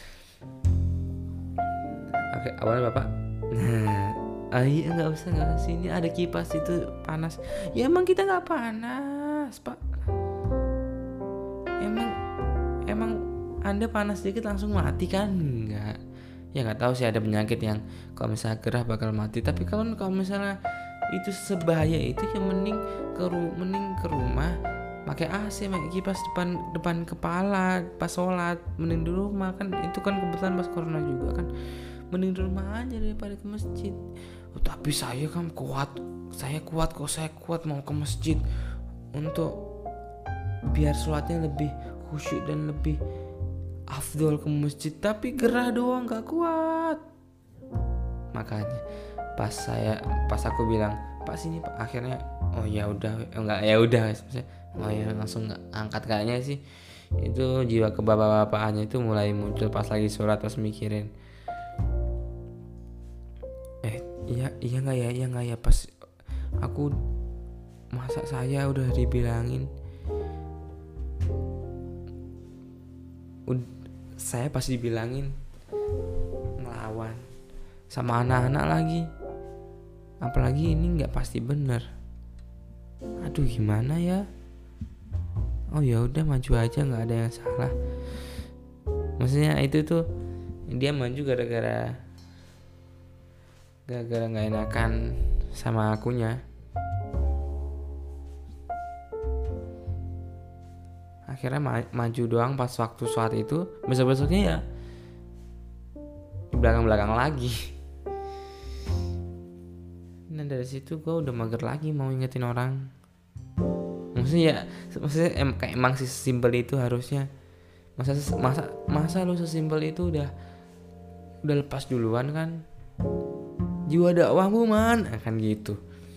Oke, awalnya bapak nah ah iya nggak usah nggak usah, sini ada kipas itu panas. Ya emang kita nggak panas pak, emang emang anda panas dikit langsung mati kan? Enggak. Ya nggak tahu sih, ada penyakit yang kalau misalnya gerah bakal mati. Tapi kalau kalau misalnya itu sebahaya itu, ya mending ke ru- mending ke rumah pakai A C, pakai kipas depan depan kepala pas sholat. Mending di rumah kan, itu kan kebetulan pas corona juga kan. Mending di rumah aja daripada ke masjid. Oh, tapi saya kan kuat, saya kuat kok, saya kuat mau ke masjid untuk biar sholatnya lebih khusyuk dan lebih afdol ke masjid. Tapi gerah doang gak kuat. Makanya pas saya pas aku bilang pak sini pak, akhirnya oh ya udah enggak ya udah oh ya langsung angkat. Kayaknya sih itu jiwa kebapak-bapakannya itu mulai muncul pas lagi sholat, pas mikirin eh iya iya nggak ya iya nggak ya pas aku masa saya udah dibilangin ud- saya pasti dibilangin ngelawan sama anak-anak lagi, apalagi ini nggak pasti bener. Aduh gimana ya? Oh ya udah maju aja, nggak ada yang salah. Maksudnya itu tuh dia maju gara-gara gara-gara nggak enakan sama akunya. akhirnya ma- maju doang pas waktu sholat itu, besok-besoknya ya di belakang-belakang lagi. Nah dari situ gue udah mager lagi mau ingetin orang. Maksudnya ya, maksudnya em, kayak emang sih simpel itu harusnya. Masa masa masa lu sesimpel itu udah udah lepas duluan kan? Jiwa dakwahmu man, akan gitu.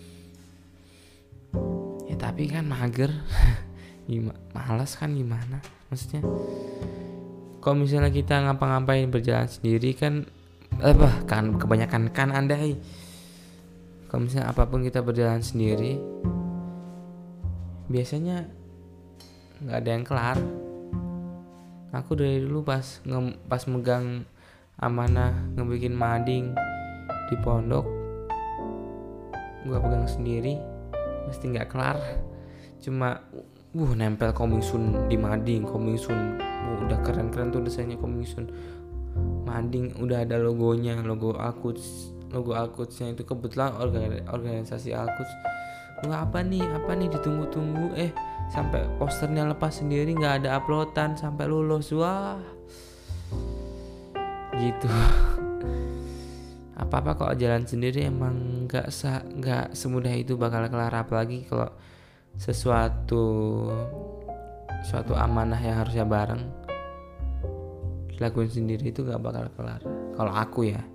Ya tapi kan mager. Gimana? Malas kan gimana? Maksudnya kalau misalnya kita ngapa-ngapain berjalan sendiri kan apa kan kebanyakan kan andai. Kalau misalnya apapun kita berjalan sendiri, biasanya nggak ada yang kelar. Aku dari dulu pas nge- pas megang amanah ngebikin mading di pondok, gua pegang sendiri, mesti nggak kelar. Cuma, uh nempel coming soon di mading, coming soon, uh, udah keren-keren tuh desainnya coming soon. Mading udah ada logonya, logo Alquds, logo Alqudsnya itu kebetulan organ- organisasi Alquds. Wah apa nih, apa nih ditunggu-tunggu, eh sampai posternya lepas sendiri, nggak ada uploadan sampai lulus, wah gitu. Apa-apa kalau jalan sendiri emang nggak sa nggak semudah itu bakal kelar, apalagi kalau sesuatu suatu amanah yang harusnya bareng dilakuin sendiri itu nggak bakal kelar. Kalau aku ya.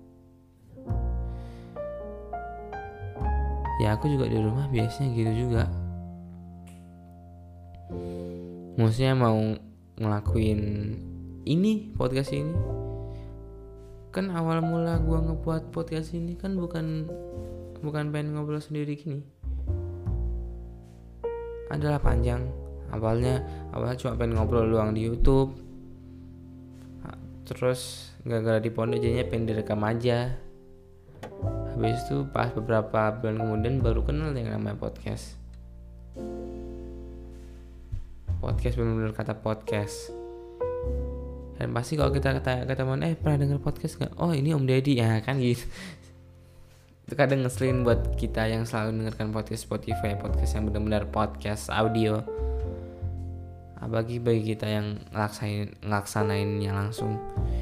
Ya aku juga di rumah biasanya gitu juga. Maksudnya mau ngelakuin ini, podcast ini, kan awal mula gue ngebuat podcast ini kan bukan bukan pengen ngobrol sendiri gini. Adalah panjang. Awalnya awalnya cuma pengen ngobrol doang di YouTube. Terus gara-gara di pondok jadinya pengen direkam aja. Habis itu pas beberapa bulan kemudian baru kenal yang namanya podcast. Podcast benar-benar kata podcast. Dan pasti kalau kita kata kata teman, eh pernah dengar podcast nggak? Oh ini Om Deddy ya kan gitu. Itu kadang ngeselin buat kita yang selalu dengarkan podcast Spotify, podcast yang benar-benar podcast audio. Apalagi bagi kita yang ngelaksain ngelaksanainnya langsung.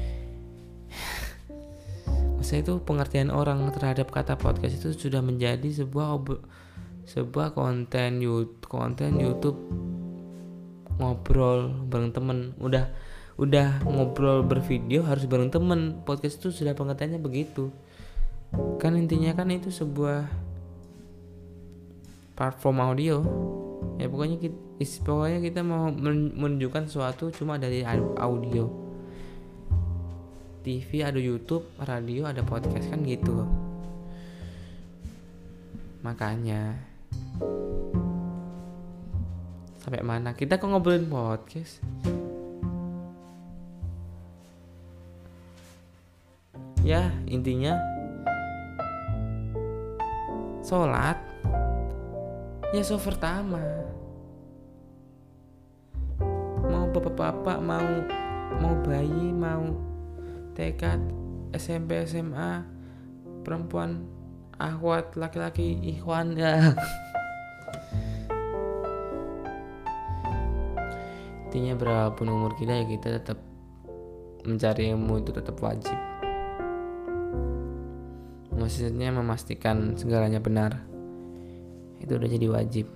Saya itu pengertian orang terhadap kata podcast itu sudah menjadi sebuah ob- sebuah konten YouTube, konten YouTube ngobrol bareng temen. Udah udah ngobrol bervideo harus bareng temen. Podcast itu sudah pengertiannya begitu. Kan intinya kan itu sebuah platform audio. Ya pokoknya kita, pokoknya kita mau menunjukkan sesuatu cuma dari audio. T V ada YouTube, radio ada podcast kan gitu. Makanya sampai mana kita kok ngobrolin podcast? Ya intinya sholat ya so pertama. Mau bapak-bapak, mau mau bayi, mau T K, S M P, S M A, perempuan, akhwat, laki-laki, ikhwan ya. Intinya berapapun umur kita ya kita tetap mencari ilmu itu tetap wajib. Maksudnya memastikan segalanya benar. Itu udah jadi wajib.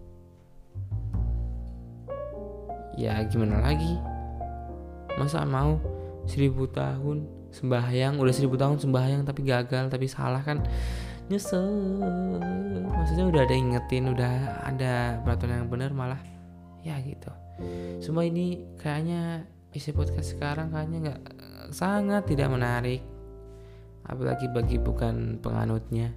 Ya gimana lagi? Masa mau seribu tahun sembahyang, udah seribu tahun sembahyang tapi gagal, tapi salah kan nyesel. Maksudnya udah ada ingetin, udah ada peraturan yang benar malah ya gitu. Semua ini kayaknya isi podcast sekarang kayaknya nggak, sangat tidak menarik, apalagi bagi bukan penganutnya.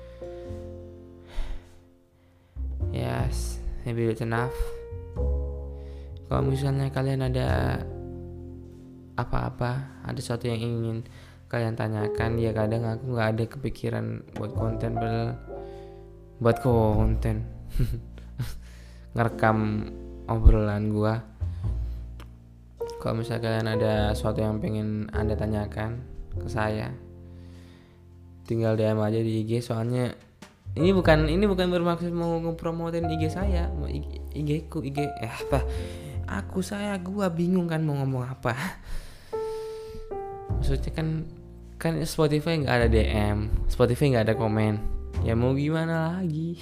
Yes, maybe it's enough. Kalau misalnya kalian ada apa-apa, ada sesuatu yang ingin kalian tanyakan, ya kadang aku nggak ada kepikiran buat konten bel buat konten ngerekam obrolan gua. Kalau misalnya kalian ada sesuatu yang pengen anda tanyakan ke saya, tinggal D M aja di I G. Soalnya ini bukan ini bukan bermaksud mau ngepromotin I G saya, mau I G ku I G eh apa aku saya gua bingung kan mau ngomong apa. Maksudnya kan kan Spotify nggak ada D M, Spotify nggak ada komen, ya mau gimana lagi.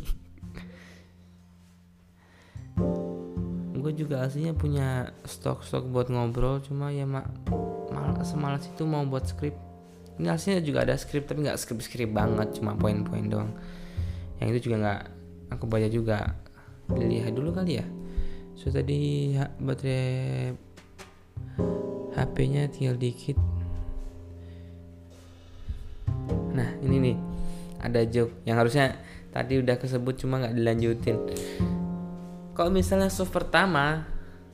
Gue juga aslinya punya stok-stok buat ngobrol, cuma ya mak malah semalas itu mau buat skrip. Ini aslinya juga ada skrip tapi nggak skrip-skrip banget, cuma poin-poin doang. Yang itu juga nggak aku baca juga. Lihat dulu kali ya. So tadi ha, baterai H P-nya tinggal dikit. Nah ini nih ada joke yang harusnya tadi udah kesebut cuma nggak dilanjutin. Kalau misalnya soft pertama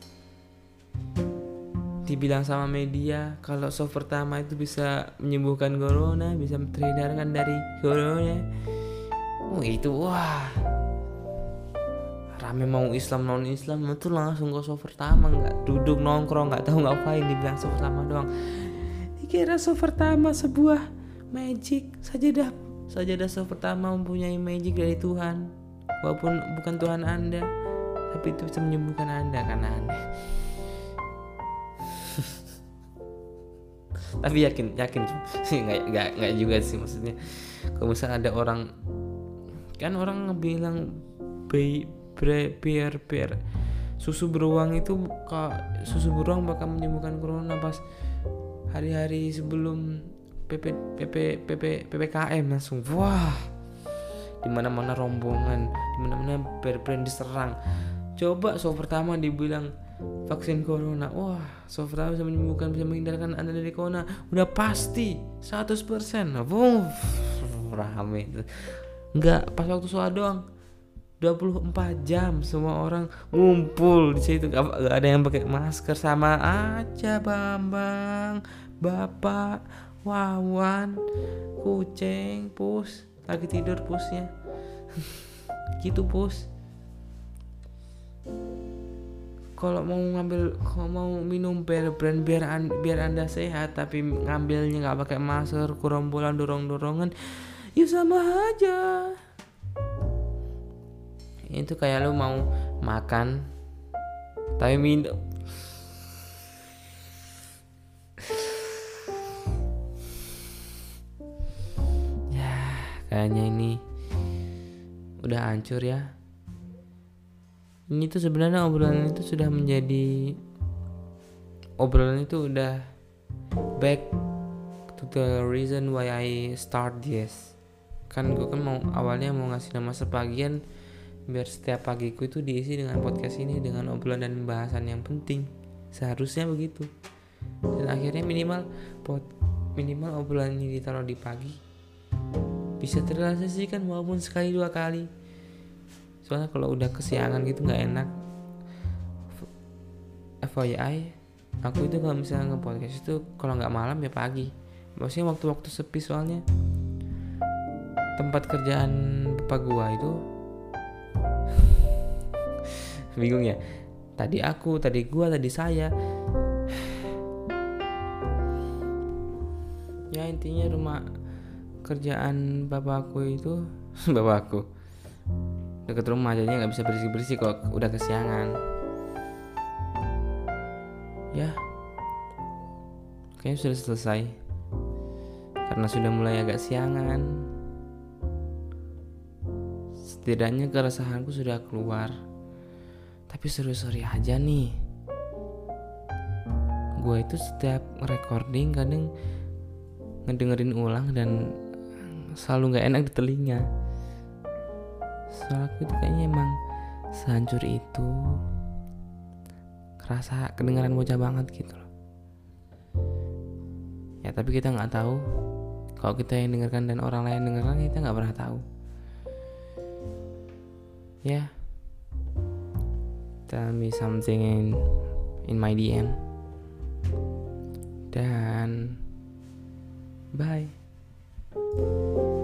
dibilang sama media kalau soft pertama itu bisa menyembuhkan corona, bisa terhindarkan dari corona, oh itu wah rame mau Islam non Islam itu langsung ke soft pertama, nggak duduk nongkrong nggak tahu ngapain dibilang soft pertama doang. Dikira soft pertama sebuah magic, sajadah sajadah soft pertama mempunyai magic dari Tuhan, walaupun bukan Tuhan Anda, tapi itu bisa menyembuhkan Anda karena aneh. Tapi yakin yakin sih nggak nggak nggak juga sih, maksudnya kalau misalnya ada orang kan orang bilang biar biar susu beruang itu kak susu beruang bakal menyembuhkan corona pas hari-hari sebelum P P P P P P P P K M langsung wah di mana-mana rombongan, di mana-mana brand diserang. Coba so pertama dibilang vaksin corona, wah so pertama bisa menyembuhkan, bisa menghindarkan Anda dari corona, udah pasti seratus persen. Wuh, rame itu. Enggak, pas waktu soal doang dua puluh empat jam semua orang ngumpul di situ, gak, gak ada yang pakai masker, sama aja Bambang, Bapak, Wawan, kucing, Pus lagi tidur Pusnya. Gitu Pus. Kalau mau ngambil, kalau mau minum brand biar an, biar Anda sehat, tapi ngambilnya nggak pakai masker, kurombolan dorong-dorongan, ya sama aja. Itu kayak lu mau makan, tapi minum. Ya, kayaknya ini udah hancur ya. Ini tuh sebenarnya obrolan itu sudah menjadi obrolan itu udah back to the reason why I start this. Kan gue kan mau awalnya mau ngasih nama sebagian biar setiap pagiku itu diisi dengan podcast ini, dengan obrolan dan bahasan yang penting. Seharusnya begitu. Dan akhirnya minimal pot minimal obrolan ini ditaruh di pagi bisa terrealisasikan walaupun sekali dua kali. Soalnya kalau udah kesiangan gitu nggak enak. F Y I, aku itu kalau misalnya nge-podcast itu kalau nggak malam ya pagi. Maksudnya waktu-waktu sepi, soalnya tempat kerjaan bapak gua itu bingung ya. Tadi aku, tadi gua, tadi saya. Ya intinya rumah kerjaan bapakku itu bapakku deket rumah, jadinya nggak bisa bersih-bersih kalau udah kesiangan. Ya, kayaknya sudah selesai karena sudah mulai agak siangan. Setidaknya keresahanku sudah keluar. Tapi seru-seru aja nih. Gue itu setiap recording kadang ngedengerin ulang dan selalu nggak enak di telinga. Soalnya aku itu kayaknya emang sehancur itu, kerasa kedengaran bocah banget gitu loh. Ya tapi kita nggak tahu. Kalau kita yang dengarkan dan orang lain dengarkan, kita nggak pernah tahu. Ya, yeah. Tell me something in in my D M. Dan bye.